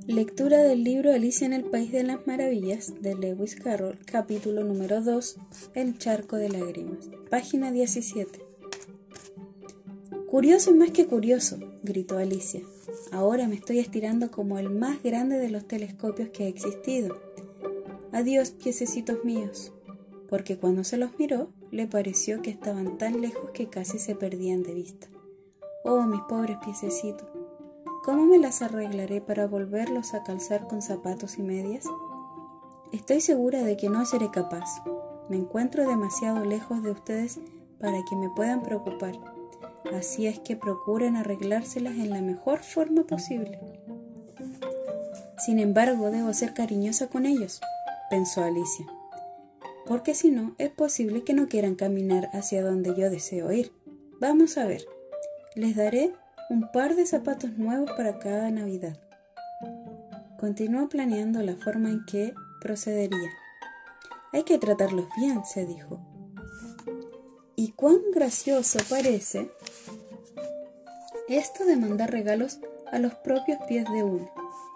Lectura del libro Alicia en el País de las Maravillas de Lewis Carroll, capítulo número 2, El charco de lágrimas, página 17. Curioso y más que curioso, gritó Alicia. Ahora me estoy estirando como el más grande de los telescopios que ha existido. Adiós, piececitos míos. Porque cuando se los miró, le pareció que estaban tan lejos que casi se perdían de vista. Oh, mis pobres piececitos. ¿Cómo me las arreglaré para volverlos a calzar con zapatos y medias? Estoy segura de que no seré capaz. Me encuentro demasiado lejos de ustedes para que me puedan preocupar. Así es que procuren arreglárselas en la mejor forma posible. Sin embargo, debo ser cariñosa con ellos, pensó Alicia. Porque si no, es posible que no quieran caminar hacia donde yo deseo ir. Vamos a ver. Les daré un par de zapatos nuevos para cada Navidad. Continuó planeando la forma en que procedería. Hay que tratarlos bien, se dijo. ¿Y cuán gracioso parece esto de mandar regalos a los propios pies de uno?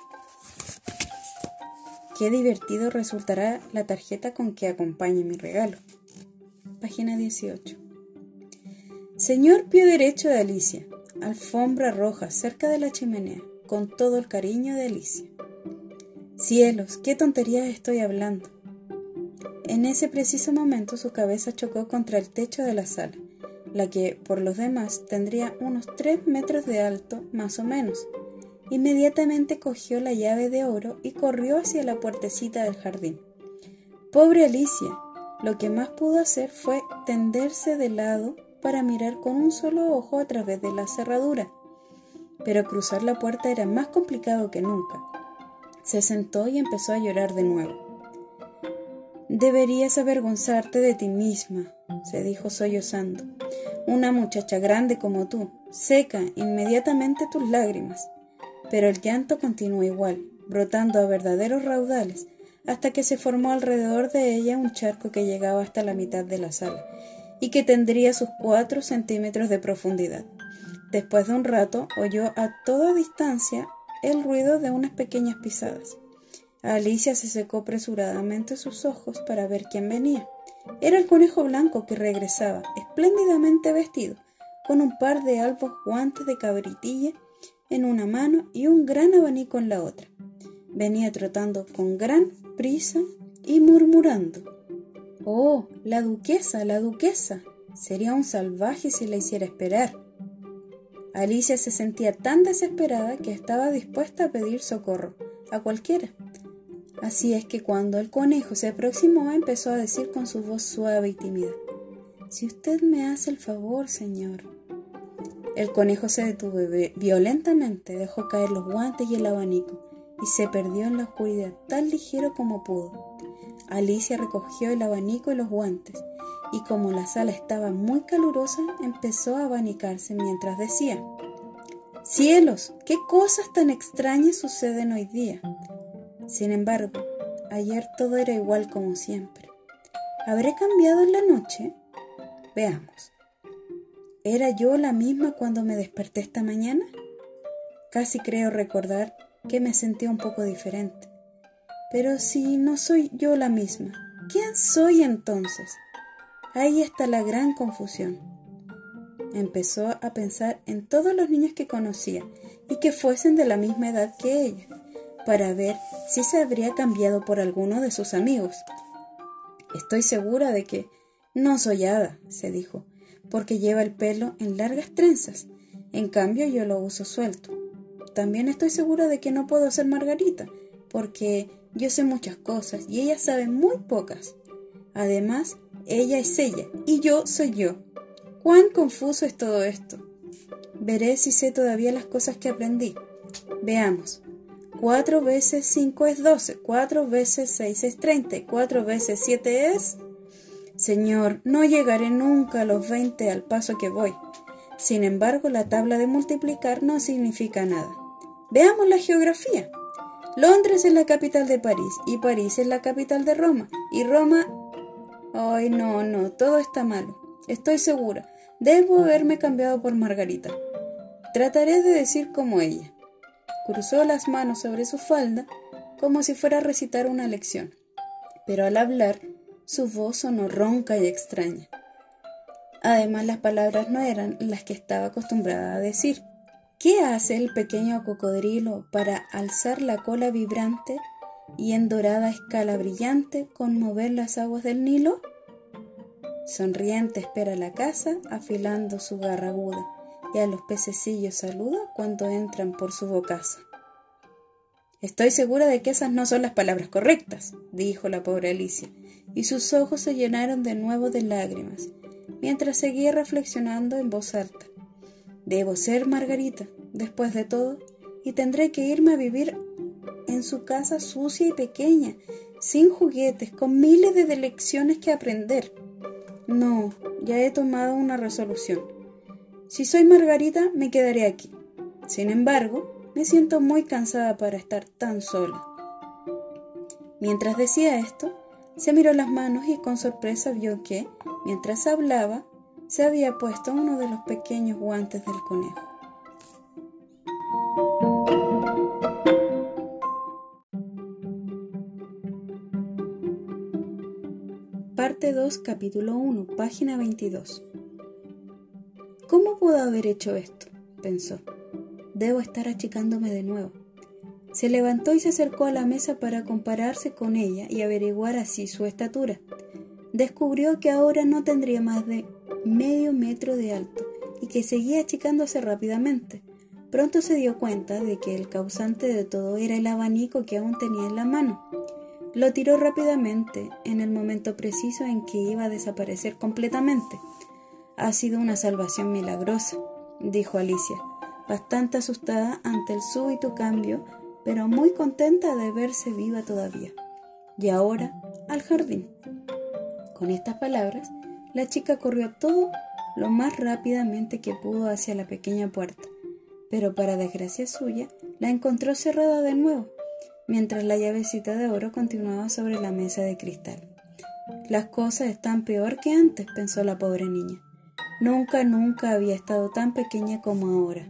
Qué divertido resultará la tarjeta con que acompañe mi regalo. Página 18. Señor pie derecho de Alicia. Alfombra roja cerca de la chimenea, con todo el cariño de Alicia. Cielos, qué tonterías estoy hablando. En ese preciso momento su cabeza chocó contra el techo de la sala, la que, por los demás, tendría unos 3 metros de alto, más o menos. Inmediatamente cogió la llave de oro y corrió hacia la puertecita del jardín. Pobre Alicia, lo que más pudo hacer fue tenderse de lado para mirar con un solo ojo a través de la cerradura. Pero cruzar la puerta era más complicado que nunca. Se sentó y empezó a llorar de nuevo. Deberías avergonzarte de ti misma, se dijo sollozando. Una muchacha grande como tú, seca inmediatamente tus lágrimas. Pero el llanto continuó igual, brotando a verdaderos raudales, hasta que se formó alrededor de ella un charco que llegaba hasta la mitad de la sala, y que tendría sus 4 centímetros de profundidad. Después de un rato, oyó a toda distancia el ruido de unas pequeñas pisadas. Alicia se secó apresuradamente sus ojos para ver quién venía. Era el conejo blanco que regresaba, espléndidamente vestido, con un par de altos guantes de cabritilla en una mano y un gran abanico en la otra. Venía trotando con gran prisa y murmurando. «Oh, la duquesa, la duquesa. Sería un salvaje si la hiciera esperar». Alicia se sentía tan desesperada que estaba dispuesta a pedir socorro a cualquiera. Así es que cuando el conejo se aproximó, empezó a decir con su voz suave y tímida: «Si usted me hace el favor, señor». El conejo se detuvo violentamente, dejó caer los guantes y el abanico, y se perdió en la oscuridad tan ligero como pudo. Alicia recogió el abanico y los guantes, y como la sala estaba muy calurosa, empezó a abanicarse mientras decía: «¡Cielos! ¿Qué cosas tan extrañas suceden hoy día?» Sin embargo, ayer todo era igual como siempre. ¿Habré cambiado en la noche? Veamos. ¿Era yo la misma cuando me desperté esta mañana? Casi creo recordar que me sentía un poco diferente. Pero si no soy yo la misma, ¿quién soy entonces? Ahí está la gran confusión. Empezó a pensar en todos los niños que conocía y que fuesen de la misma edad que ella, para ver si se habría cambiado por alguno de sus amigos. Estoy segura de que no soy Ada, se dijo, porque lleva el pelo en largas trenzas. En cambio, yo lo uso suelto. También estoy segura de que no puedo ser Margarita, porque yo sé muchas cosas y ella sabe muy pocas. Además, ella es ella y yo soy yo. ¿Cuán confuso es todo esto? Veré si sé todavía las cosas que aprendí. Veamos. 4 veces 5 es 12, 4 veces 6 es 30, 4 veces 7 es... Señor, no llegaré nunca a los 20 al paso que voy. Sin embargo, la tabla de multiplicar no significa nada. Veamos la geografía. Londres es la capital de París, y París es la capital de Roma, y Roma... Ay, no, todo está malo. Estoy segura. Debo haberme cambiado por Margarita. Trataré de decir como ella. cruzó las manos sobre su falda como si fuera a recitar una lección, pero al hablar su voz sonó ronca y extraña. Además, las palabras no eran las que estaba acostumbrada a decir. ¿Qué hace el pequeño cocodrilo para alzar la cola vibrante y en dorada escala brillante conmover las aguas del Nilo? Sonriente espera la caza, afilando su garra aguda, y a los pececillos saluda cuando entran por su bocaza. Estoy segura de que esas no son las palabras correctas, dijo la pobre Alicia, y sus ojos se llenaron de nuevo de lágrimas, mientras seguía reflexionando en voz alta. Debo ser Margarita, después de todo, y tendré que irme a vivir en su casa sucia y pequeña, sin juguetes, con miles de lecciones que aprender. No, ya he tomado una resolución. Si soy Margarita, me quedaré aquí. Sin embargo, me siento muy cansada para estar tan sola. Mientras decía esto, se miró las manos y con sorpresa vio que, mientras hablaba, se había puesto uno de los pequeños guantes del conejo. Parte 2, capítulo 1, página 22. ¿Cómo puedo haber hecho esto?, pensó. Debo estar achicándome de nuevo. Se levantó y se acercó a la mesa para compararse con ella y averiguar así su estatura. Descubrió que ahora no tendría más de medio metro de alto y que seguía achicándose rápidamente. Pronto se dio cuenta de que el causante de todo era el abanico que aún tenía en la mano. Lo tiró rápidamente en el momento preciso en que iba a desaparecer completamente. Ha sido una salvación milagrosa, dijo Alicia, bastante asustada ante el súbito cambio, pero muy contenta de verse viva todavía. Y ahora, al jardín. Con estas palabras, la chica corrió todo lo más rápidamente que pudo hacia la pequeña puerta, pero para desgracia suya, la encontró cerrada de nuevo, mientras la llavecita de oro continuaba sobre la mesa de cristal. Las cosas están peor que antes, pensó la pobre niña. Nunca había estado tan pequeña como ahora.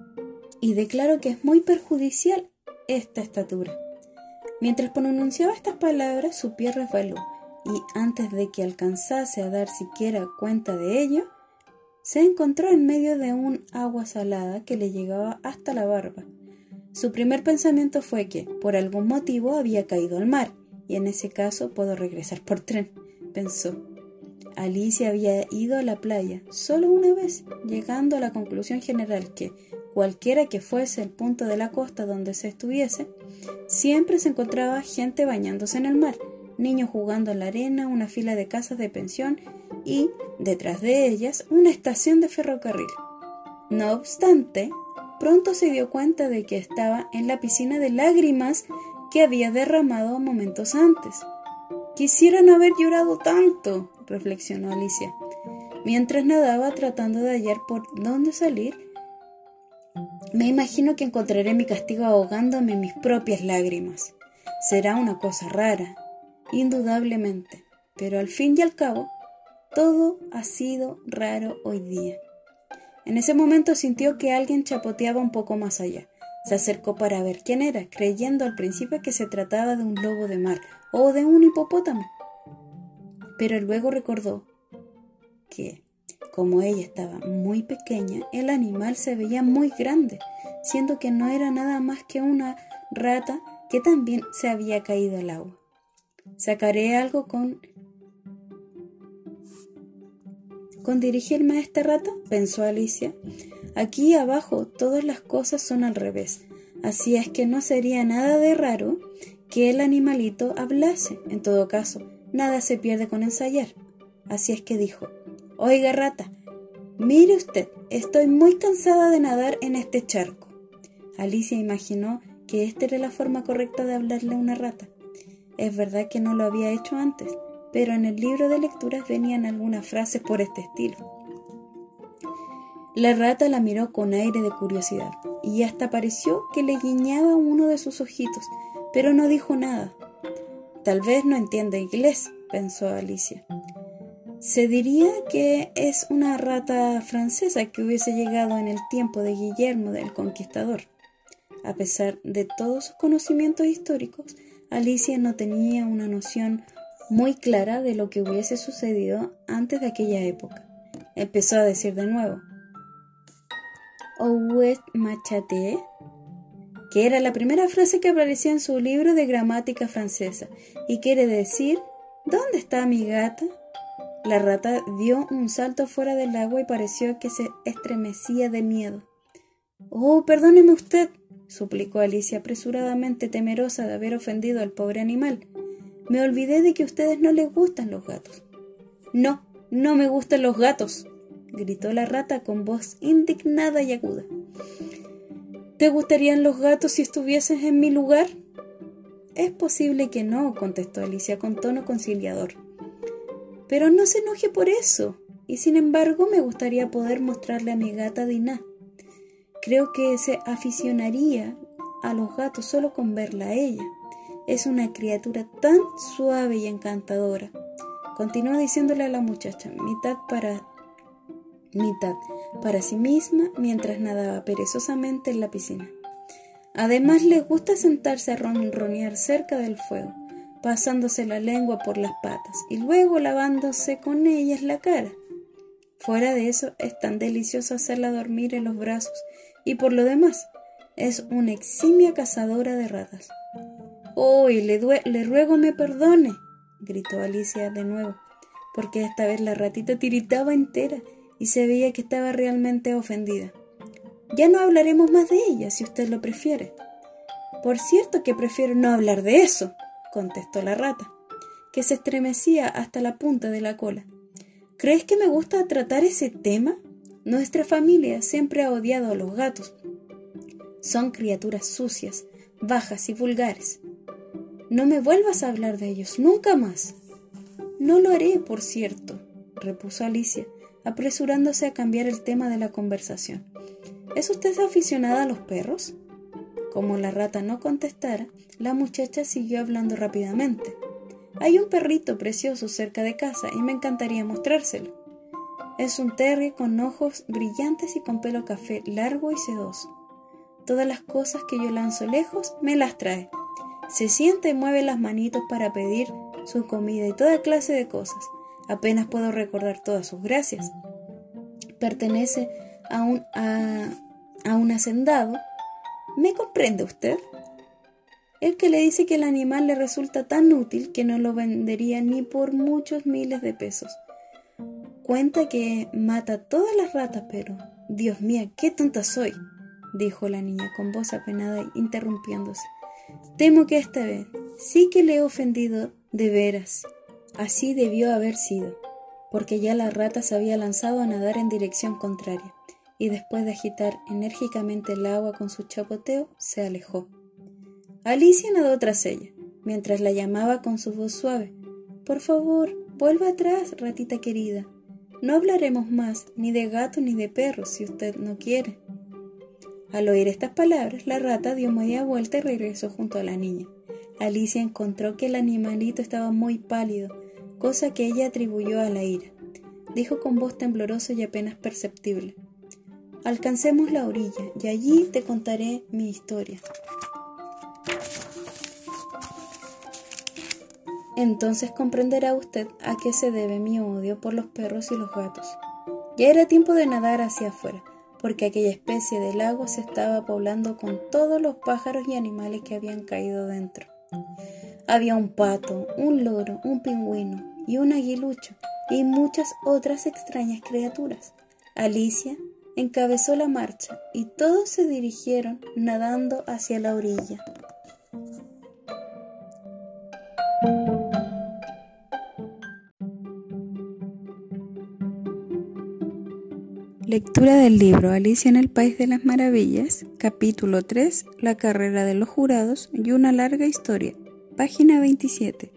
Y declaro que es muy perjudicial esta estatura. Mientras pronunciaba estas palabras, su pie resbaló, y antes de que alcanzase a dar siquiera cuenta de ello, se encontró en medio de un agua salada que le llegaba hasta la barba. Su primer pensamiento fue que, por algún motivo, había caído al mar, y en ese caso puedo regresar por tren, pensó. Alicia había ido a la playa solo una vez, llegando a la conclusión general que, cualquiera que fuese el punto de la costa donde se estuviese, siempre se encontraba gente bañándose en el mar, niños jugando en la arena, una fila de casas de pensión y, detrás de ellas, una estación de ferrocarril. No obstante, pronto se dio cuenta de que estaba en la piscina de lágrimas que había derramado momentos antes. Quisiera no haber llorado tanto, reflexionó Alicia, mientras nadaba tratando de hallar por dónde salir. Me imagino que encontraré mi castigo ahogándome en mis propias lágrimas. Será una cosa rara, indudablemente, pero al fin y al cabo, todo ha sido raro hoy día. En ese momento sintió que alguien chapoteaba un poco más allá. Se acercó para ver quién era, creyendo al principio que se trataba de un lobo de mar o de un hipopótamo. Pero luego recordó que, como ella estaba muy pequeña, el animal se veía muy grande, siendo que no era nada más que una rata que también se había caído al agua. Sacaré algo con dirigirme a esta rata, pensó Alicia. Aquí abajo todas las cosas son al revés, así es que no sería nada de raro que el animalito hablase. En todo caso, nada se pierde con ensayar. Así es que dijo: «Oiga, rata, mire usted, estoy muy cansada de nadar en este charco». Alicia imaginó que esta era la forma correcta de hablarle a una rata. Es verdad que no lo había hecho antes, pero en el libro de lecturas venían algunas frases por este estilo. La rata la miró con aire de curiosidad, y hasta pareció que le guiñaba uno de sus ojitos, pero no dijo nada. Tal vez no entiende inglés, pensó Alicia. Se diría que es una rata francesa que hubiese llegado en el tiempo de Guillermo el Conquistador. A pesar de todos sus conocimientos históricos, Alicia no tenía una noción muy clara de lo que hubiese sucedido antes de aquella época. Empezó a decir de nuevo, «Où est ma chatte?», que era la primera frase que aparecía en su libro de gramática francesa, y quiere decir, «¿Dónde está mi gata?». La rata dio un salto fuera del agua y pareció que se estremecía de miedo. «Oh, perdóneme usted», suplicó Alicia apresuradamente, temerosa de haber ofendido al pobre animal. «Me olvidé de que a ustedes no les gustan los gatos». «No, no me gustan los gatos», gritó la rata con voz indignada y aguda. «¿Te gustarían los gatos si estuvieses en mi lugar?». «Es posible que no», contestó Alicia con tono conciliador. «Pero no se enoje por eso, y sin embargo me gustaría poder mostrarle a mi gata Dinah. Creo que se aficionaría a los gatos solo con verla a ella. Es una criatura tan suave y encantadora», continuó diciéndole a la muchacha, mitad para sí misma, mientras nadaba perezosamente en la piscina. Además les gusta sentarse a ronronear cerca del fuego, pasándose la lengua por las patas y luego lavándose con ellas la cara. Fuera de eso, es tan delicioso hacerla dormir en los brazos y por lo demás, es una eximia cazadora de ratas. «Oh, le ruego me perdone», gritó Alicia de nuevo, porque esta vez la ratita tiritaba entera y se veía que estaba realmente ofendida. «Ya no hablaremos más de ella, si usted lo prefiere». «Por cierto que prefiero no hablar de eso», contestó la rata, que se estremecía hasta la punta de la cola. «¿Crees que me gusta tratar ese tema? Nuestra familia siempre ha odiado a los gatos. Son criaturas sucias, bajas y vulgares. No me vuelvas a hablar de ellos, nunca más». «No lo haré, por cierto», repuso Alicia, apresurándose a cambiar el tema de la conversación. «¿Es usted aficionada a los perros?». Como la rata no contestara, la muchacha siguió hablando rápidamente. «Hay un perrito precioso cerca de casa y me encantaría mostrárselo. Es un terrier con ojos brillantes y con pelo café largo y sedoso. Todas las cosas que yo lanzo lejos me las trae. Se sienta y mueve las manitos para pedir su comida y toda clase de cosas. Apenas puedo recordar todas sus gracias. Pertenece a un hacendado. ¿Me comprende usted? El que le dice que el animal le resulta tan útil que no lo vendería ni por muchos miles de pesos. Cuenta que mata todas las ratas, pero... Dios mío, qué tonta soy», dijo la niña con voz apenada interrumpiéndose. «Temo que esta vez sí que le he ofendido de veras». Así debió haber sido, porque ya la rata se había lanzado a nadar en dirección contraria, y después de agitar enérgicamente el agua con su chapoteo, se alejó. Alicia nadó tras ella, mientras la llamaba con su voz suave. «Por favor, vuelva atrás, ratita querida. No hablaremos más, ni de gatos ni de perros, si usted no quiere». Al oír estas palabras, la rata dio media vuelta y regresó junto a la niña. Alicia encontró que el animalito estaba muy pálido, cosa que ella atribuyó a la ira. Dijo con voz temblorosa y apenas perceptible: «Alcancemos la orilla y allí te contaré mi historia. Entonces comprenderá usted a qué se debe mi odio por los perros y los gatos». Ya era tiempo de nadar hacia afuera, porque aquella especie de lago se estaba poblando con todos los pájaros y animales que habían caído dentro. Había un pato, un loro, un pingüino y un aguilucho, y muchas otras extrañas criaturas. Alicia encabezó la marcha, y todos se dirigieron nadando hacia la orilla. Lectura del libro Alicia en el País de las Maravillas, capítulo 3, La carrera de los jurados y una larga historia, página 27.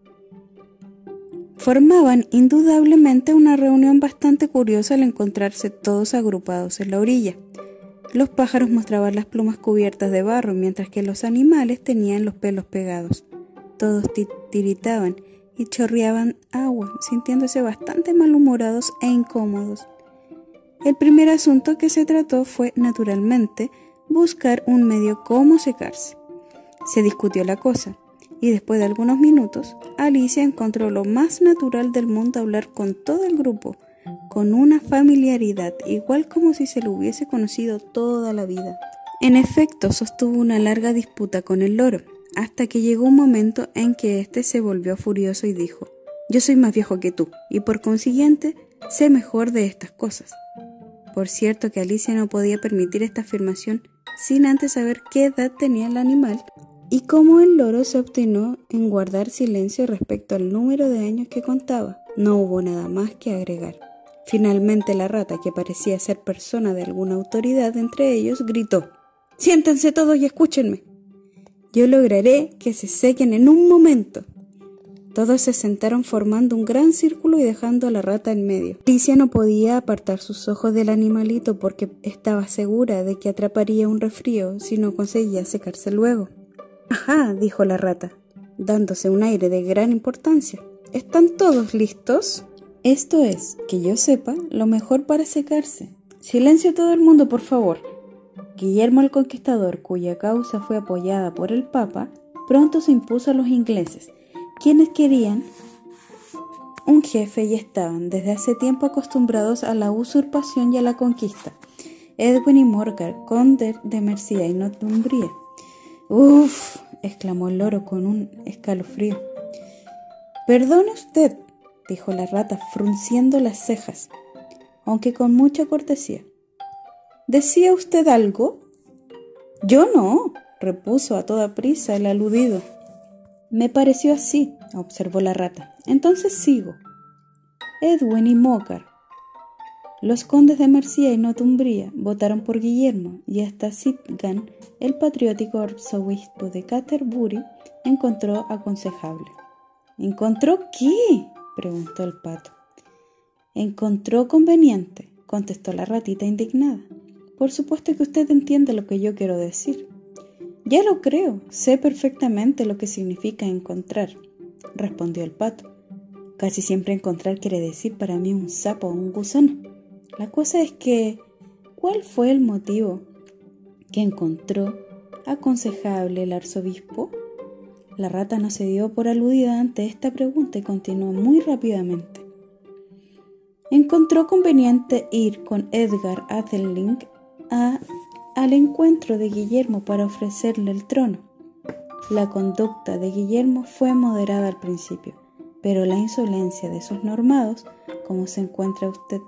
Formaban indudablemente una reunión bastante curiosa al encontrarse todos agrupados en la orilla. Los pájaros mostraban las plumas cubiertas de barro, mientras que los animales tenían los pelos pegados. Todos tiritaban y chorreaban agua, sintiéndose bastante malhumorados e incómodos. El primer asunto que se trató fue, naturalmente, buscar un medio cómo secarse. Se discutió la cosa, y después de algunos minutos, Alicia encontró lo más natural del mundo hablar con todo el grupo, con una familiaridad igual como si se lo hubiese conocido toda la vida. En efecto, sostuvo una larga disputa con el loro, hasta que llegó un momento en que éste se volvió furioso y dijo: «Yo soy más viejo que tú, y por consiguiente sé mejor de estas cosas». Por cierto que Alicia no podía permitir esta afirmación sin antes saber qué edad tenía el animal y cómo el loro se obstinó en guardar silencio respecto al número de años que contaba. No hubo nada más que agregar. Finalmente la rata, que parecía ser persona de alguna autoridad entre ellos, gritó: «Siéntense todos y escúchenme. Yo lograré que se sequen en un momento». Todos se sentaron formando un gran círculo y dejando a la rata en medio. Alicia no podía apartar sus ojos del animalito porque estaba segura de que atraparía un resfrío si no conseguía secarse luego. «Ajá», dijo la rata, dándose un aire de gran importancia. «¿Están todos listos? Esto es, que yo sepa, lo mejor para secarse. Silencio todo el mundo, por favor». Guillermo el Conquistador, cuya causa fue apoyada por el Papa, pronto se impuso a los ingleses, quienes querían un jefe y estaban desde hace tiempo acostumbrados a la usurpación y a la conquista. Edwin y Morcar, conde de Mercia y Northumbria. «Uf», exclamó el loro con un escalofrío. «Perdone usted», dijo la rata frunciendo las cejas, aunque con mucha cortesía. «¿Decía usted algo?» «Yo no», repuso a toda prisa el aludido. «Me pareció así», observó la rata. «Entonces sigo. Edwin y Morcar, los condes de Mercia y Northumbria, votaron por Guillermo, y hasta Sitgan, el patriótico arzobispo de Canterbury, encontró aconsejable». «¿Encontró qué?», preguntó el pato. «Encontró conveniente», contestó la ratita indignada. «Por supuesto que usted entiende lo que yo quiero decir». «Ya lo creo, sé perfectamente lo que significa encontrar», respondió el pato. «Casi siempre encontrar quiere decir para mí un sapo o un gusano. La cosa es que, ¿cuál fue el motivo que encontró aconsejable el arzobispo?» La rata no se dio por aludida ante esta pregunta y continuó muy rápidamente. «Encontró conveniente ir con Edgar Atheling al encuentro de Guillermo para ofrecerle el trono. La conducta de Guillermo fue moderada al principio, pero la insolencia de sus normados, ¿cómo se encuentra usted?»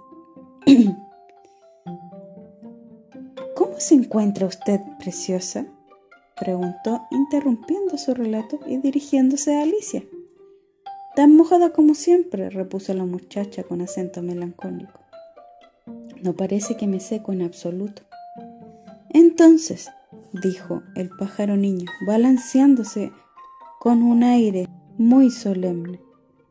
«¿Cómo se encuentra usted, preciosa?», preguntó, interrumpiendo su relato y dirigiéndose a Alicia. «Tan mojada como siempre», repuso la muchacha con acento melancólico. «No parece que me seco en absoluto». «Entonces», dijo el pájaro niño, balanceándose con un aire muy solemne,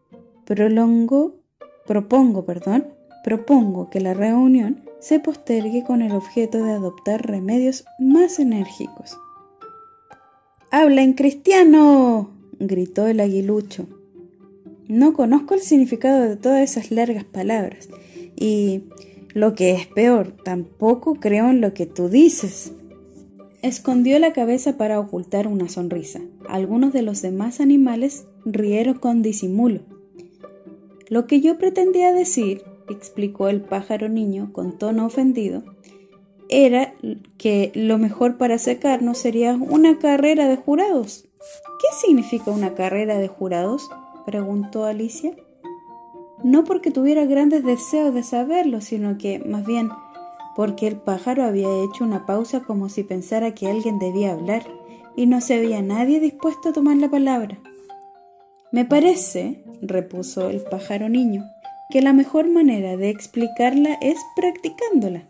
propongo que la reunión se postergue con el objeto de adoptar remedios más enérgicos». «¡Habla en cristiano!», gritó el aguilucho. «No conozco el significado de todas esas largas palabras y, lo que es peor, tampoco creo en lo que tú dices». Escondió la cabeza para ocultar una sonrisa. Algunos de los demás animales rieron con disimulo. «Lo que yo pretendía decir», explicó el pájaro niño con tono ofendido, «era que lo mejor para secarnos sería una carrera de jurados». «¿Qué significa una carrera de jurados?», preguntó Alicia. No porque tuviera grandes deseos de saberlo, sino que, más bien, porque el pájaro había hecho una pausa como si pensara que alguien debía hablar, y no se veía nadie dispuesto a tomar la palabra. «Me parece», repuso el pájaro niño, «que la mejor manera de explicarla es practicándola.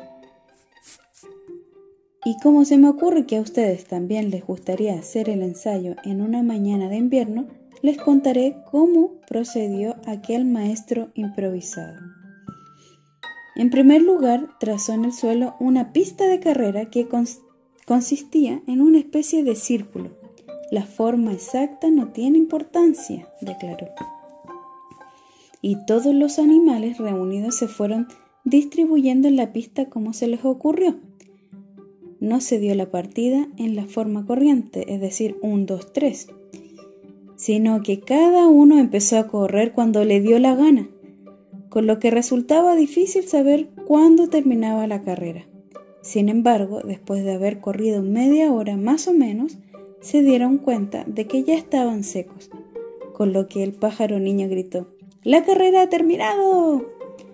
Y como se me ocurre que a ustedes también les gustaría hacer el ensayo en una mañana de invierno, les contaré cómo procedió aquel maestro improvisado». En primer lugar, trazó en el suelo una pista de carrera que consistía en una especie de círculo. «La forma exacta no tiene importancia», declaró. Y todos los animales reunidos se fueron distribuyendo en la pista como se les ocurrió. no se dio la partida en la forma corriente, es decir, 1, 2, 3, sino que cada uno empezó a correr cuando le dio la gana, con lo que resultaba difícil saber cuándo terminaba la carrera. Sin embargo, después de haber corrido media hora más o menos, se dieron cuenta de que ya estaban secos, con lo que el pájaro niño gritó: ¡La carrera ha terminado!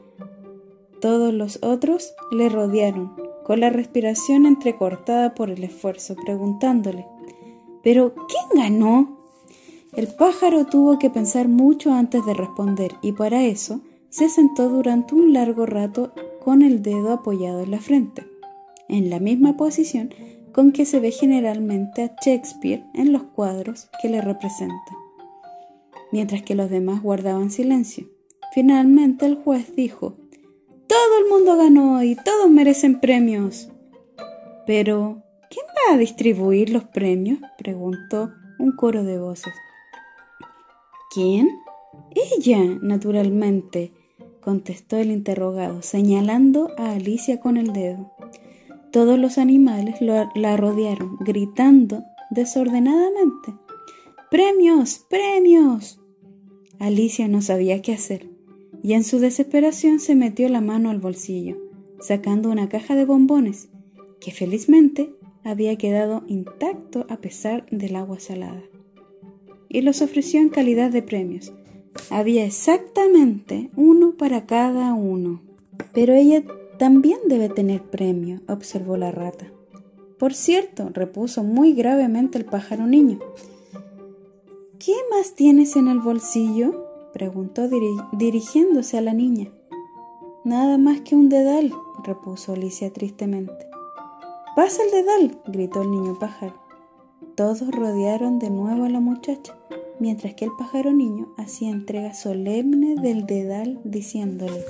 Todos los otros le rodearon, con la respiración entrecortada por el esfuerzo, preguntándole: ¿pero quién ganó? El pájaro tuvo que pensar mucho antes de responder, y para eso se sentó durante un largo rato con el dedo apoyado en la frente, en la misma posición con que se ve generalmente a Shakespeare en los cuadros que le representan, mientras que los demás guardaban silencio. Finalmente el juez dijo: «Todo el mundo ganó y todos merecen premios». «¿Pero quién va a distribuir los premios?», preguntó un coro de voces. «¿Quién?». «Ella, naturalmente», contestó el interrogado, señalando a Alicia con el dedo. Todos los animales la rodearon, gritando desordenadamente: «¡Premios! ¡Premios!». Alicia no sabía qué hacer, y en su desesperación se metió la mano al bolsillo, sacando una caja de bombones, que felizmente había quedado intacto a pesar del agua salada, y los ofreció en calidad de premios. Había exactamente uno para cada uno. «Pero ella también debe tener premio», observó la rata. «Por cierto», repuso muy gravemente el pájaro niño. «¿Qué más tienes en el bolsillo?», preguntó dirigiéndose a la niña. «Nada más que un dedal», repuso Alicia tristemente. «¡Pasa el dedal!», gritó el niño pájaro. Todos rodearon de nuevo a la muchacha, mientras que el pájaro niño hacía entrega solemne del dedal, diciéndole: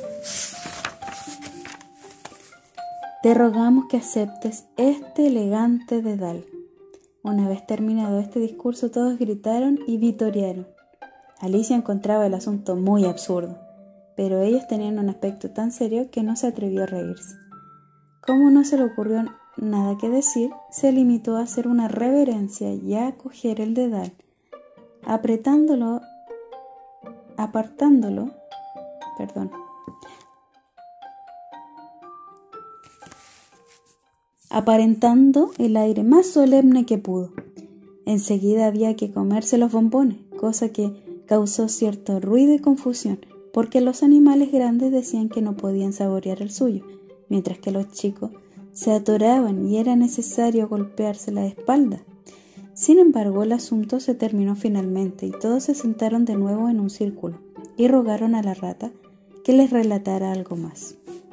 «Te rogamos que aceptes este elegante dedal». Una vez terminado este discurso, todos gritaron y vitorearon. Alicia encontraba el asunto muy absurdo, pero ellos tenían un aspecto tan serio que no se atrevió a reírse. Como no se le ocurrió nada que decir, se limitó a hacer una reverencia y a coger el dedal, aparentando el aire más solemne que pudo. Enseguida había que comerse los bombones, cosa que causó cierto ruido y confusión, porque los animales grandes decían que no podían saborear el suyo, mientras que los chicos se atoraban y era necesario golpearse la espalda. Sin embargo, el asunto se terminó finalmente y todos se sentaron de nuevo en un círculo y rogaron a la rata que les relatara algo más.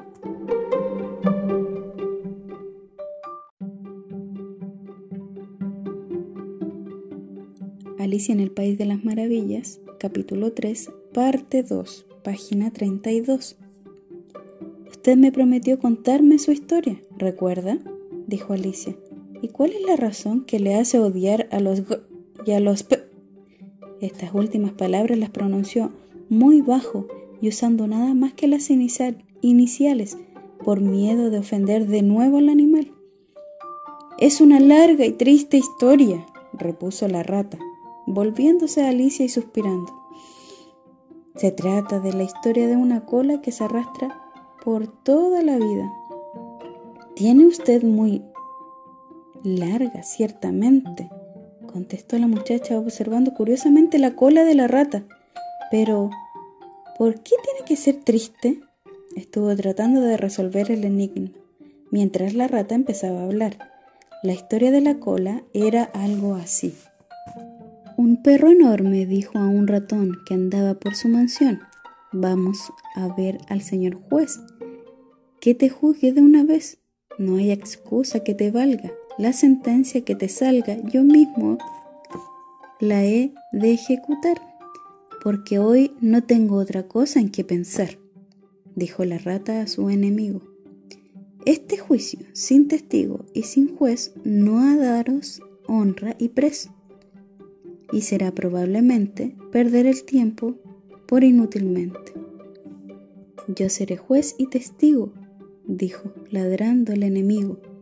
Alicia en el País de las Maravillas, capítulo 3, parte 2, página 32. «Usted me prometió contarme su historia, ¿recuerda?», dijo Alicia. «¿Y cuál es la razón que le hace odiar a los g y a los p?». Estas últimas palabras las pronunció muy bajo y usando nada más que las iniciales, por miedo de ofender de nuevo al animal. «Es una larga y triste historia», repuso la rata, volviéndose a Alicia y suspirando. «Se trata de la historia de una cola que se arrastra por toda la vida». «Tiene usted muy larga, ciertamente», contestó la muchacha observando curiosamente la cola de la rata. «Pero, ¿por qué tiene que ser triste?». Estuvo tratando de resolver el enigma, mientras la rata empezaba a hablar. La historia de la cola era algo así. Un perro enorme dijo a un ratón que andaba por su mansión: «Vamos a ver al señor juez, que te juzgue de una vez. No hay excusa que te valga. La sentencia que te salga yo mismo la he de ejecutar, porque hoy no tengo otra cosa en que pensar», dijo la rata a su enemigo. «Este juicio, sin testigo y sin juez, no ha daros honra y precio, y será probablemente perder el tiempo por inútilmente». «Yo seré juez y testigo», dijo, ladrando el enemigo.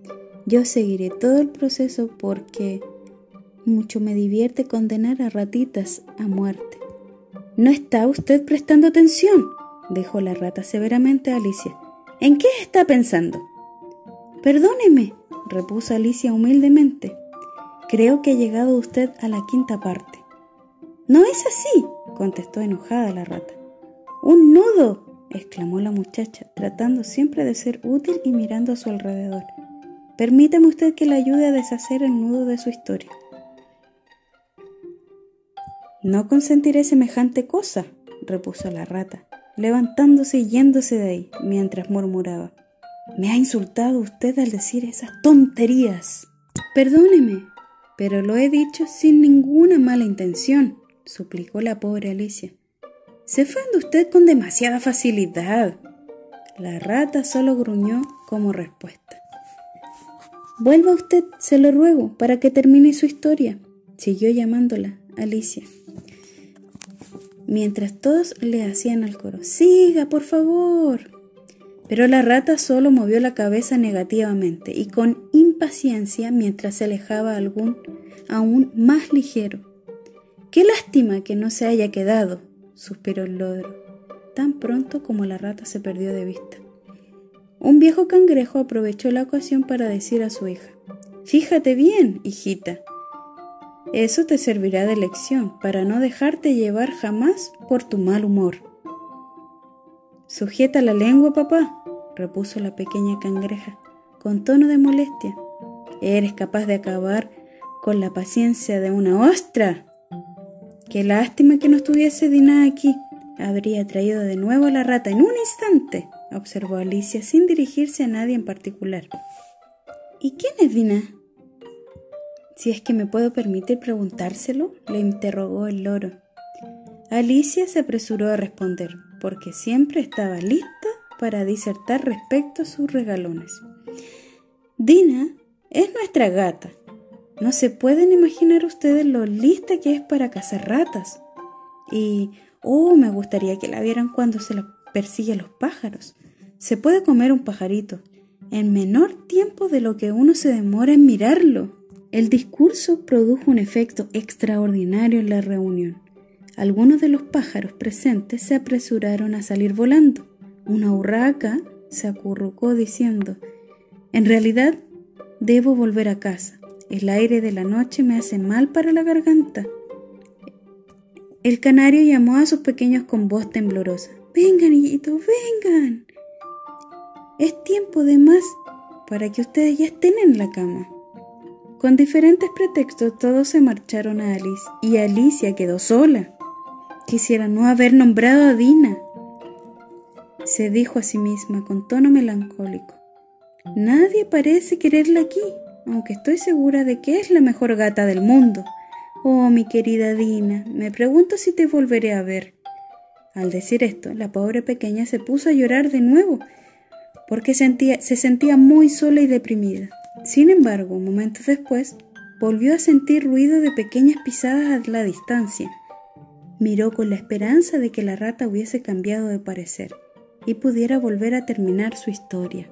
Yo seguiré todo el proceso porque mucho me divierte condenar a ratitas a muerte. ¿No está usted prestando atención?, dijo la rata severamente a Alicia. ¿En qué está pensando? Perdóneme, repuso Alicia humildemente. Creo que ha llegado usted a la quinta parte. No es así, contestó enojada la rata. ¡Un nudo!, exclamó la muchacha, tratando siempre de ser útil y mirando a su alrededor. Permítame usted que le ayude a deshacer el nudo de su historia. No consentiré semejante cosa, repuso la rata, levantándose y yéndose de ahí, mientras murmuraba. Me ha insultado usted al decir esas tonterías. Perdóneme, pero lo he dicho sin ninguna mala intención, suplicó la pobre Alicia. Se ofende usted con demasiada facilidad. La rata solo gruñó como respuesta. Vuelva usted, se lo ruego, para que termine su historia, siguió llamándola Alicia, mientras todos le hacían al coro. Siga, por favor. Pero la rata solo movió la cabeza negativamente y con impaciencia mientras se alejaba aún más ligero. ¡Qué lástima que no se haya quedado!, suspiró el loro, tan pronto como la rata se perdió de vista. Un viejo cangrejo aprovechó la ocasión para decir a su hija: Fíjate bien, hijita, eso te servirá de lección para no dejarte llevar jamás por tu mal humor. Sujeta la lengua, papá, repuso la pequeña cangreja, con tono de molestia. Eres capaz de acabar con la paciencia de una ostra. Qué lástima que no estuviese Dina aquí. Habría traído de nuevo a la rata en un instante, observó Alicia sin dirigirse a nadie en particular. ¿Y quién es Dina? Si es que me puedo permitir preguntárselo, le interrogó el loro. Alicia se apresuró a responder, porque siempre estaba lista para disertar respecto a sus regalones. Dina es nuestra gata. No se pueden imaginar ustedes lo lista que es para cazar ratas. Y, me gustaría que la vieran cuando se la persigue a los pájaros. Se puede comer un pajarito en menor tiempo de lo que uno se demora en mirarlo. El discurso produjo un efecto extraordinario en la reunión. Algunos de los pájaros presentes se apresuraron a salir volando. Una urraca se acurrucó diciendo: En realidad, debo volver a casa. El aire de la noche me hace mal para la garganta. El canario llamó a sus pequeños con voz temblorosa: Vengan, hijitos, vengan. Es tiempo de más para que ustedes ya estén en la cama. Con diferentes pretextos todos se marcharon a Alice y Alicia quedó sola. Quisiera no haber nombrado a Dina, se dijo a sí misma con tono melancólico. Nadie parece quererla aquí, aunque estoy segura de que es la mejor gata del mundo. Oh, mi querida Dina, me pregunto si te volveré a ver. Al decir esto, la pobre pequeña se puso a llorar de nuevo, porque se sentía muy sola y deprimida. Sin embargo, momentos después, volvió a sentir ruido de pequeñas pisadas a la distancia. Miró con la esperanza de que la rata hubiese cambiado de parecer y pudiera volver a terminar su historia.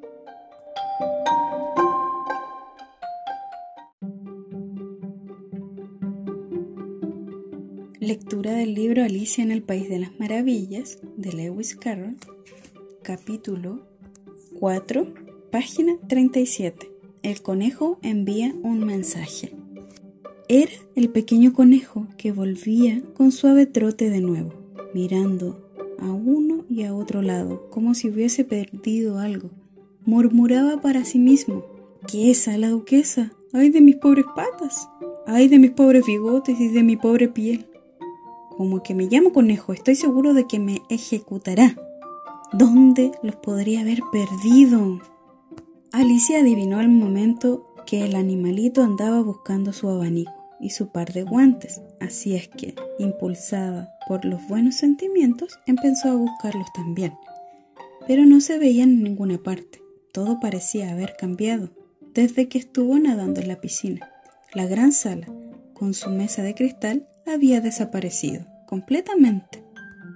Lectura del libro Alicia en el País de las Maravillas, de Lewis Carroll, capítulo 4, página 37. El conejo envía un mensaje. Era el pequeño conejo que volvía con suave trote de nuevo, mirando a uno y a otro lado, como si hubiese perdido algo. Murmuraba para sí mismo: ¿Qué es a la duquesa? ¡Ay de mis pobres patas! ¡Ay de mis pobres bigotes y de mi pobre piel! Como que me llamo conejo, estoy seguro de que me ejecutará. ¿Dónde los podría haber perdido? Alicia adivinó al momento que el animalito andaba buscando su abanico y su par de guantes, así es que, impulsada por los buenos sentimientos, empezó a buscarlos también. Pero no se veían en ninguna parte. Todo parecía haber cambiado desde que estuvo nadando en la piscina. La gran sala, con su mesa de cristal, había desaparecido completamente.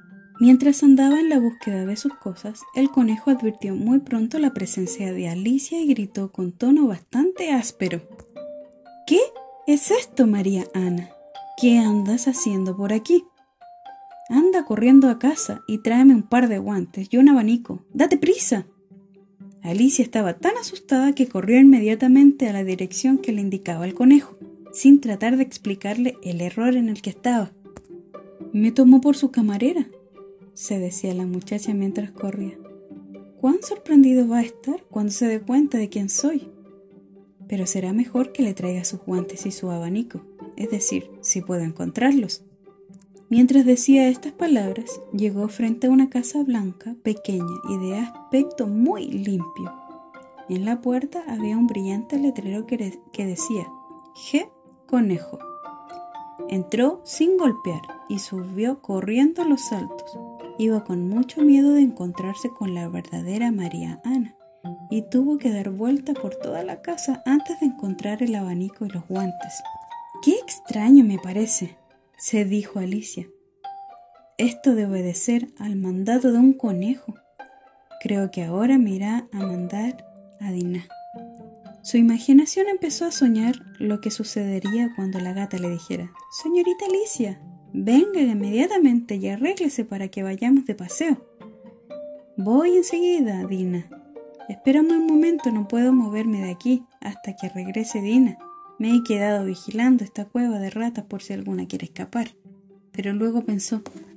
Mientras andaba en la búsqueda de sus cosas, el conejo advirtió muy pronto la presencia de Alicia y gritó con tono bastante áspero: ¿Qué es esto, María Ana? ¿Qué andas haciendo por aquí? Anda corriendo a casa y tráeme un par de guantes y un abanico. ¡Date prisa! Alicia estaba tan asustada que corrió inmediatamente a la dirección que le indicaba el conejo, sin tratar de explicarle el error en el que estaba. «Me tomó por su camarera», se decía la muchacha mientras corría. «¿Cuán sorprendido va a estar cuando se dé cuenta de quién soy? Pero será mejor que le traiga sus guantes y su abanico, es decir, si puedo encontrarlos». Mientras decía estas palabras, llegó frente a una casa blanca, pequeña y de aspecto muy limpio. En la puerta había un brillante letrero que decía: G. Conejo. Entró sin golpear y subió corriendo los saltos. Iba con mucho miedo de encontrarse con la verdadera María Ana y tuvo que dar vuelta por toda la casa antes de encontrar el abanico y los guantes. «Qué extraño me parece», se dijo Alicia. «Esto de obedecer al mandato de un conejo. Creo que ahora me irá a mandar a Dinah». Su imaginación empezó a soñar lo que sucedería cuando la gata le dijera: «Señorita Alicia, venga inmediatamente y arréglese para que vayamos de paseo». «Voy enseguida, Dinah. Espérame un momento, no puedo moverme de aquí hasta que regrese Dinah. Me he quedado vigilando esta cueva de ratas por si alguna quiere escapar». Pero luego pensó: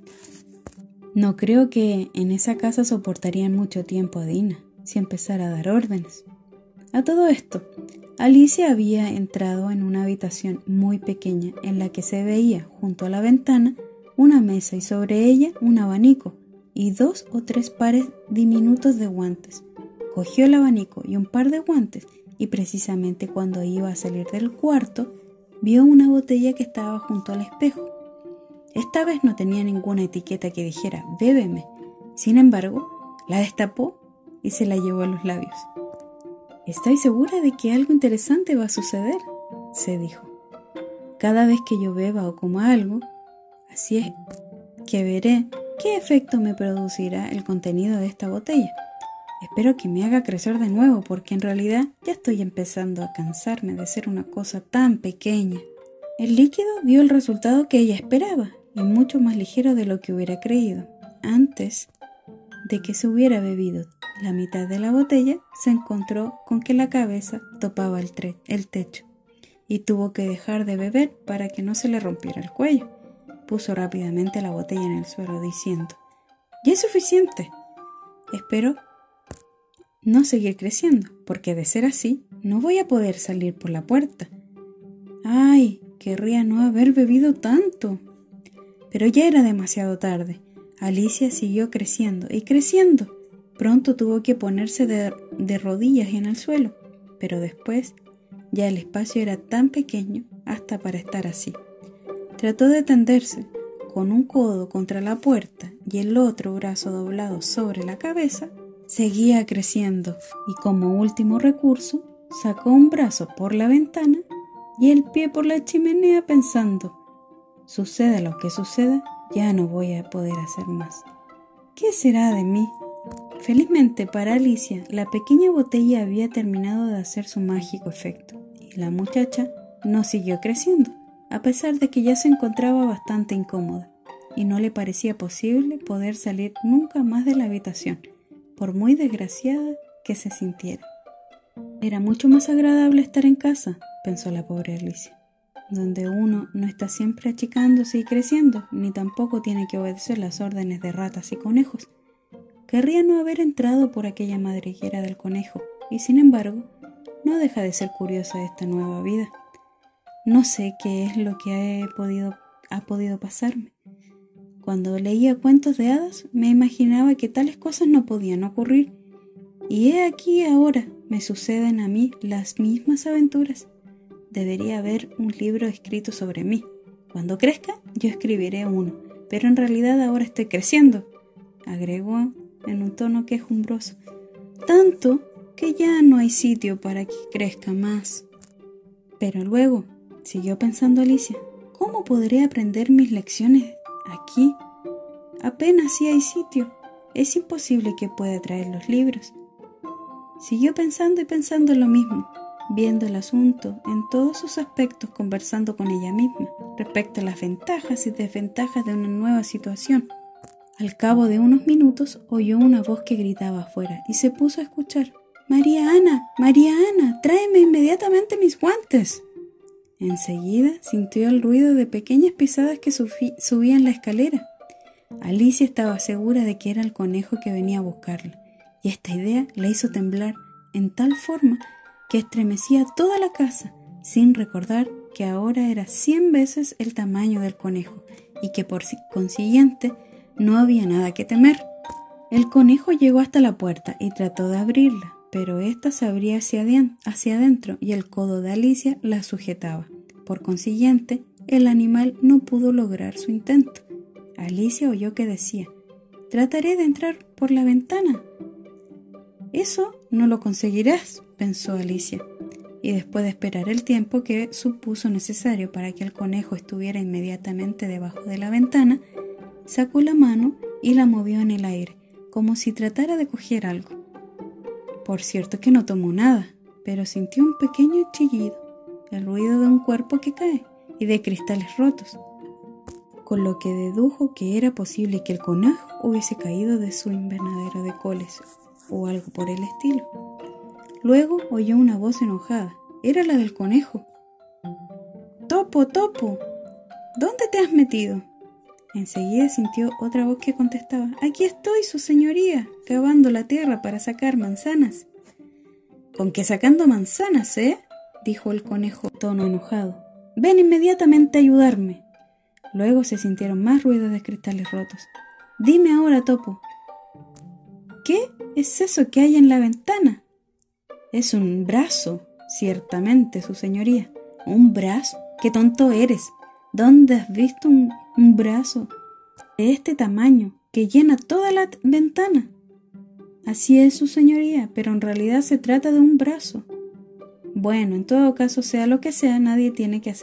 «No creo que en esa casa soportarían mucho tiempo a Dinah si empezara a dar órdenes». A todo esto, Alicia había entrado en una habitación muy pequeña en la que se veía, junto a la ventana, una mesa y sobre ella un abanico y 2 o 3 pares diminutos de guantes. Cogió el abanico y un par de guantes y precisamente cuando iba a salir del cuarto, vio una botella que estaba junto al espejo. Esta vez no tenía ninguna etiqueta que dijera «bébeme». Sin embargo, la destapó y se la llevó a los labios. «Estoy segura de que algo interesante va a suceder», se dijo. «Cada vez que yo beba o coma algo, así es que veré qué efecto me producirá el contenido de esta botella. Espero que me haga crecer de nuevo, porque en realidad ya estoy empezando a cansarme de ser una cosa tan pequeña». El líquido dio el resultado que ella esperaba, y mucho más ligero de lo que hubiera creído. Antes de que se hubiera bebido la mitad de la botella, se encontró con que la cabeza topaba el techo, y tuvo que dejar de beber para que no se le rompiera el cuello. Puso rápidamente la botella en el suelo, diciendo: «Ya es suficiente. Espero no seguir creciendo, porque de ser así, no voy a poder salir por la puerta. ¡Ay! Querría no haber bebido tanto». Pero ya era demasiado tarde. Alicia siguió creciendo y creciendo. Pronto tuvo que ponerse de rodillas en el suelo, pero después ya el espacio era tan pequeño hasta para estar así. Trató de tenderse con un codo contra la puerta y el otro brazo doblado sobre la cabeza. Seguía creciendo y como último recurso sacó un brazo por la ventana y el pie por la chimenea pensando: «Suceda lo que suceda, ya no voy a poder hacer más. ¿Qué será de mí?». Felizmente para Alicia, la pequeña botella había terminado de hacer su mágico efecto y la muchacha no siguió creciendo, a pesar de que ya se encontraba bastante incómoda y no le parecía posible poder salir nunca más de la habitación, por muy desgraciada que se sintiera. Era mucho más agradable estar en casa, pensó la pobre Alicia, donde uno no está siempre achicándose y creciendo, ni tampoco tiene que obedecer las órdenes de ratas y conejos. Querría no haber entrado por aquella madriguera del conejo, y sin embargo, no deja de ser curiosa esta nueva vida. No sé qué es lo que ha podido pasarme. Cuando leía cuentos de hadas, me imaginaba que tales cosas no podían ocurrir, y he aquí ahora me suceden a mí las mismas aventuras. Debería haber un libro escrito sobre mí. Cuando crezca, yo escribiré uno, pero en realidad ahora estoy creciendo, agregó en un tono quejumbroso, tanto que ya no hay sitio para que crezca más. Pero luego, siguió pensando Alicia, ¿cómo podré aprender mis lecciones aquí? Apenas sí hay sitio. Es imposible que pueda traer los libros. Siguió pensando y pensando en lo mismo, viendo el asunto en todos sus aspectos, conversando con ella misma respecto a las ventajas y desventajas de una nueva situación. Al cabo de unos minutos oyó una voz que gritaba afuera y se puso a escuchar. María Ana, tráeme inmediatamente mis guantes. Enseguida sintió el ruido de pequeñas pisadas que subían la escalera. Alicia estaba segura de que era el conejo que venía a buscarla, y esta idea la hizo temblar en tal forma que estremecía toda la casa, sin recordar que ahora era 100 veces el tamaño del conejo y que por consiguiente no había nada que temer. El conejo llegó hasta la puerta y trató de abrirla, pero ésta se abría hacia adentro y el codo de Alicia la sujetaba. Por consiguiente, el animal no pudo lograr su intento. Alicia oyó que decía: «Trataré de entrar por la ventana». «Eso no lo conseguirás», pensó Alicia, y después de esperar el tiempo que supuso necesario para que el conejo estuviera inmediatamente debajo de la ventana, sacó la mano y la movió en el aire, como si tratara de coger algo. Por cierto que no tomó nada, pero sintió un pequeño chillido, el ruido de un cuerpo que cae y de cristales rotos, con lo que dedujo que era posible que el conejo hubiese caído de su invernadero de coles o algo por el estilo. Luego oyó una voz enojada. Era la del conejo. «Topo, Topo, ¿dónde te has metido?» Enseguida sintió otra voz que contestaba: «Aquí estoy, su señoría, cavando la tierra para sacar manzanas». «¿Con qué sacando manzanas, dijo el conejo, tono enojado. «Ven inmediatamente a ayudarme». Luego se sintieron más ruidos de cristales rotos. «Dime ahora, Topo, ¿qué es eso que hay en la ventana?» «Es un brazo, ciertamente, su señoría». «¿Un brazo? ¡Qué tonto eres! ¿Dónde has visto un brazo de este tamaño que llena toda la ventana?» «Así es, su señoría, pero en realidad se trata de un brazo». «Bueno, en todo caso, sea lo que sea, nada tiene que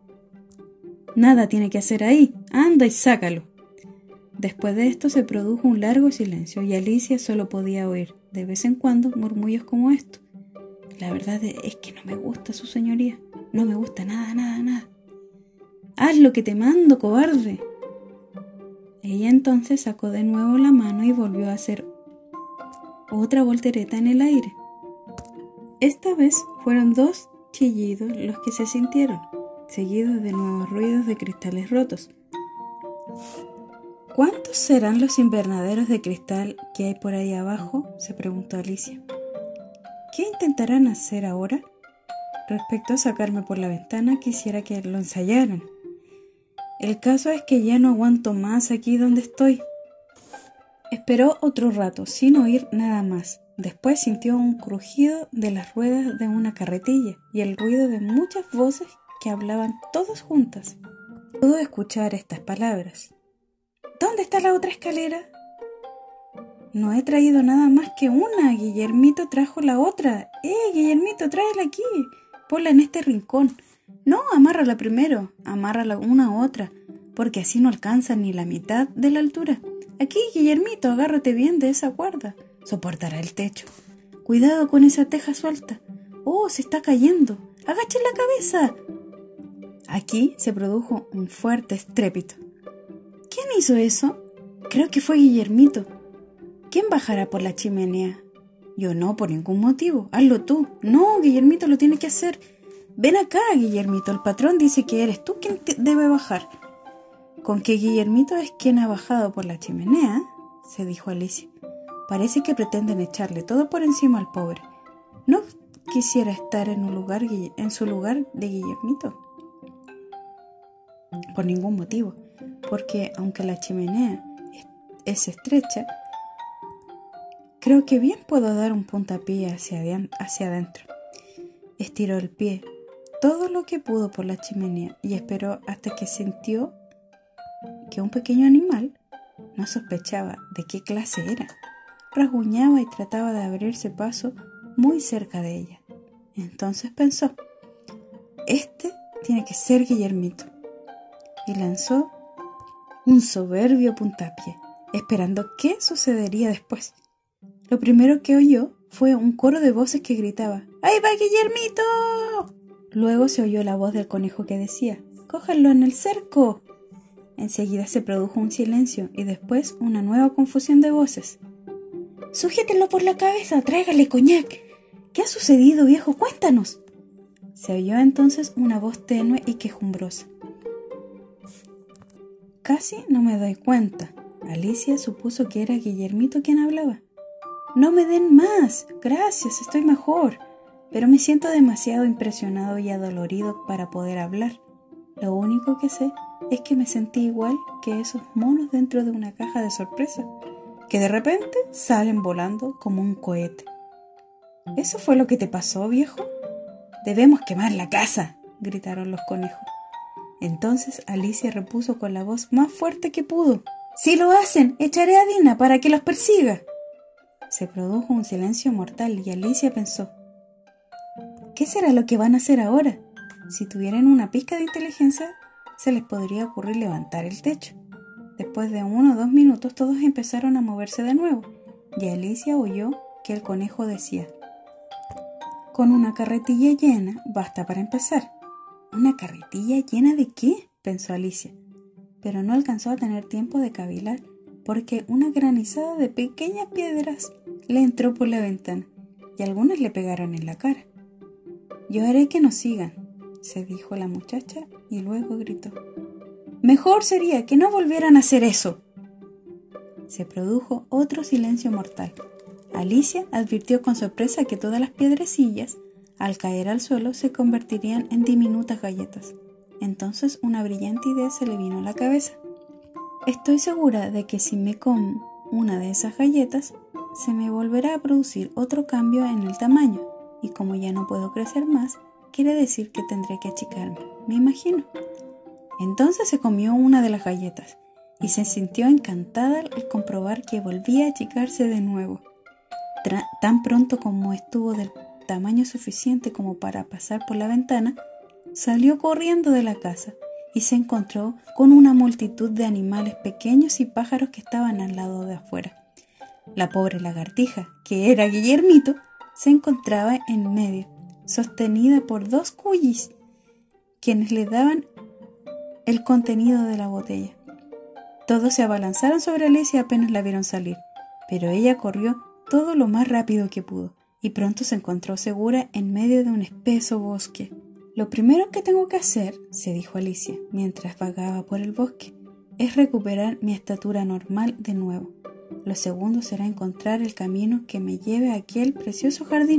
hacer ahí. Anda y sácalo». Después de esto se produjo un largo silencio y Alicia solo podía oír, de vez en cuando, murmullos como estos: «La verdad es que no me gusta, su señoría. No me gusta nada. Haz lo que te mando, cobarde». Ella entonces sacó de nuevo la mano y volvió a hacer otra voltereta en el aire. Esta vez fueron 2 chillidos los que se sintieron, seguidos de nuevos ruidos de cristales rotos. «¿Cuántos serán los invernaderos de cristal que hay por ahí abajo?», se preguntó Alicia. «¿Qué intentarán hacer ahora? Respecto a sacarme por la ventana, quisiera que lo ensayaran. El caso es que ya no aguanto más aquí donde estoy». Esperó otro rato, sin oír nada más. Después sintió un crujido de las ruedas de una carretilla y el ruido de muchas voces que hablaban todas juntas. Pudo escuchar estas palabras: «¿Dónde está la otra escalera?» «No he traído nada más que una. Guillermito trajo la otra. Guillermito, tráela aquí. Ponla en este rincón. No, amárrala primero. Amárrala una a otra, porque así no alcanza ni la mitad de la altura. Aquí, Guillermito, agárrate bien de esa cuerda. Soportará el techo. Cuidado con esa teja suelta. Oh, se está cayendo. Agachen la cabeza». Aquí se produjo un fuerte estrépito. «¿Quién hizo eso?» «Creo que fue Guillermito». «¿Quién bajará por la chimenea?» «Yo no, por ningún motivo. Hazlo tú». «No, Guillermito lo tiene que hacer». «Ven acá, Guillermito. El patrón dice que eres tú quien debe bajar». «Con que Guillermito es quien ha bajado por la chimenea», se dijo Alicia. «Parece que pretenden echarle todo por encima al pobre. No quisiera estar en su lugar de Guillermito». «Por ningún motivo, porque aunque la chimenea es estrecha, creo que bien puedo dar un puntapié hacia adentro». Estiró el pie todo lo que pudo por la chimenea y esperó hasta que sintió que un pequeño animal, no sospechaba de qué clase era, rasguñaba y trataba de abrirse paso muy cerca de ella. Entonces pensó: «Este tiene que ser Guillermito», y lanzó un soberbio puntapié. esperando qué sucedería después. Lo primero que oyó fue un coro de voces que gritaba: ¡Ahí va Guillermito! Luego se oyó la voz del conejo que decía: ¡Cójanlo en el cerco! Enseguida se produjo un silencio y después una nueva confusión de voces. ¡Sujétenlo por la cabeza! ¡Tráigale coñac! ¿Qué ha sucedido, viejo? ¡Cuéntanos! Se oyó entonces una voz tenue y quejumbrosa. Casi no me doy cuenta. Alicia supuso que era Guillermito quien hablaba. No me den más. Gracias, estoy mejor. Pero me siento demasiado impresionado y adolorido para poder hablar. Lo único que sé es que me sentí igual que esos monos dentro de una caja de sorpresa, que de repente salen volando como un cohete. ¿Eso fue lo que te pasó, viejo? Debemos quemar la casa, gritaron los conejos. Entonces Alicia repuso con la voz más fuerte que pudo: Si lo hacen, echaré a Dina para que los persiga. Se produjo un silencio mortal y Alicia pensó: ¿qué será lo que van a hacer ahora? Si tuvieran una pizca de inteligencia, se les podría ocurrir levantar el techo. Después de 1 o 2 minutos todos empezaron a moverse de nuevo y Alicia oyó que el conejo decía: con una carretilla llena basta para empezar. ¿Una carretilla llena de qué?, pensó Alicia, pero no alcanzó a tener tiempo de cavilar porque una granizada de pequeñas piedras le entró por la ventana y algunas le pegaron en la cara. Yo haré que nos sigan, se dijo la muchacha y luego gritó: mejor sería que no volvieran a hacer eso. Se produjo otro silencio mortal. Alicia advirtió con sorpresa que todas las piedrecillas, al caer al suelo, se convertirían en diminutas galletas. Entonces una brillante idea se le vino a la cabeza. Estoy segura de que si me como una de esas galletas, se me volverá a producir otro cambio en el tamaño, y como ya no puedo crecer más, quiere decir que tendré que achicarme, me imagino. Entonces se comió una de las galletas y se sintió encantada al comprobar que volvía a achicarse de nuevo. Tan pronto como estuvo del tamaño suficiente como para pasar por la ventana, salió corriendo de la casa y se encontró con una multitud de animales pequeños y pájaros que estaban al lado de afuera. La pobre lagartija, que era Guillermito, se encontraba en medio, sostenida por 2 cuyis, quienes le daban el contenido de la botella. Todos se abalanzaron sobre Alicia apenas la vieron salir, pero ella corrió todo lo más rápido que pudo y pronto se encontró segura en medio de un espeso bosque. Lo primero que tengo que hacer, se dijo Alicia mientras vagaba por el bosque, es recuperar mi estatura normal de nuevo. Lo segundo será encontrar el camino que me lleve a aquel precioso jardín.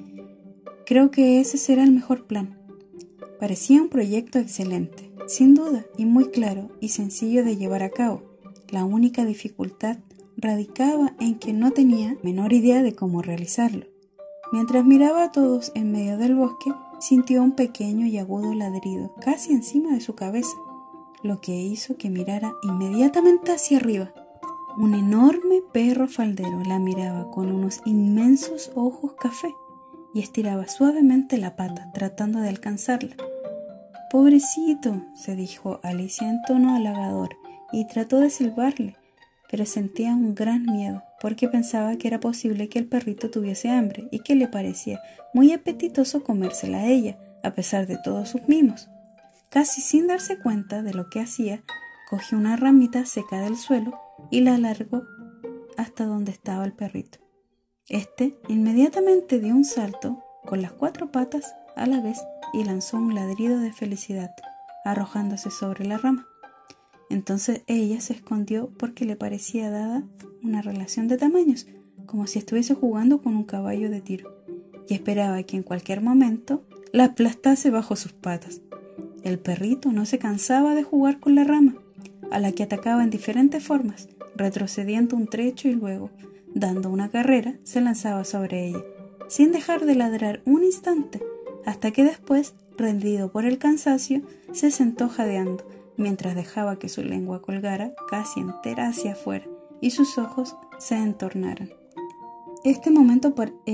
Creo que ese será el mejor plan. Parecía un proyecto excelente, sin duda, y muy claro y sencillo de llevar a cabo. La única dificultad radicaba en que no tenía menor idea de cómo realizarlo. Mientras miraba a todos en medio del bosque, sintió un pequeño y agudo ladrido casi encima de su cabeza, lo que hizo que mirara inmediatamente hacia arriba. Un enorme perro faldero la miraba con unos inmensos ojos café y estiraba suavemente la pata tratando de alcanzarla. «Pobrecito», se dijo Alicia en tono halagador y trató de silbarle, pero sentía un gran miedo porque pensaba que era posible que el perrito tuviese hambre y que le parecía muy apetitoso comérsela a ella, a pesar de todos sus mimos. Casi sin darse cuenta de lo que hacía, cogió una ramita seca del suelo y la alargó hasta donde estaba el perrito. Este inmediatamente dio un salto con las 4 patas a la vez y lanzó un ladrido de felicidad, arrojándose sobre la rama. Entonces ella se escondió porque le parecía dada una relación de tamaños, como si estuviese jugando con un caballo de tiro, y esperaba que en cualquier momento la aplastase bajo sus patas. El perrito no se cansaba de jugar con la rama, a la que atacaba en diferentes formas, retrocediendo un trecho y luego, dando una carrera, se lanzaba sobre ella, sin dejar de ladrar un instante, hasta que después, rendido por el cansancio, se sentó jadeando, mientras dejaba que su lengua colgara casi entera hacia afuera y sus ojos se entornaran. Este momento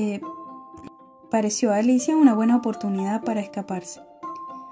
pareció a Alicia una buena oportunidad para escaparse.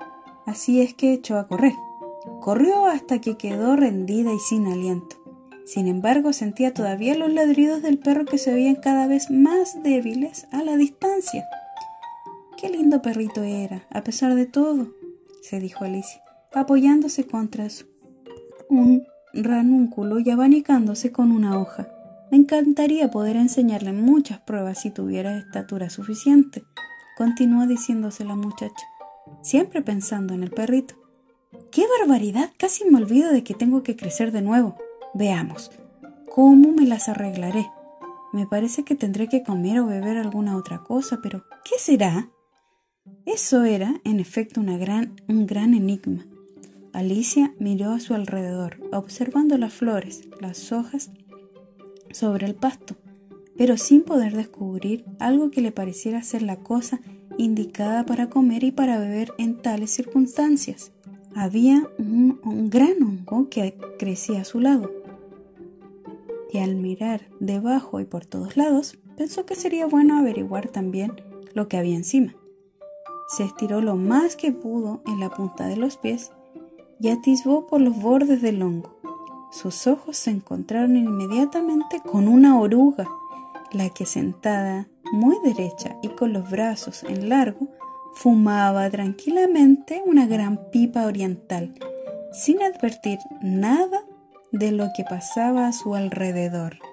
Así es que echó a correr. Corrió hasta que quedó rendida y sin aliento. Sin embargo, sentía todavía los ladridos del perro que se veían cada vez más débiles a la distancia. «Qué lindo perrito era, a pesar de todo», se dijo Alicia, apoyándose contra un ranúnculo y abanicándose con una hoja. «Me encantaría poder enseñarle muchas pruebas si tuviera estatura suficiente», continuó diciéndose la muchacha, siempre pensando en el perrito. «¡Qué barbaridad! Casi me olvido de que tengo que crecer de nuevo. Veamos, ¿cómo me las arreglaré? Me parece que tendré que comer o beber alguna otra cosa, pero ¿qué será?». Eso era, en efecto, un gran enigma. Alicia miró a su alrededor, observando las flores, las hojas sobre el pasto, pero sin poder descubrir algo que le pareciera ser la cosa indicada para comer y para beber en tales circunstancias. Había un gran hongo que crecía a su lado, y al mirar debajo y por todos lados, pensó que sería bueno averiguar también lo que había encima. Se estiró lo más que pudo en la punta de los pies y atisbó por los bordes del hongo. Sus ojos se encontraron inmediatamente con una oruga, la que sentada muy derecha y con los brazos en largo, fumaba tranquilamente una gran pipa oriental, sin advertir nada de lo que pasaba a su alrededor.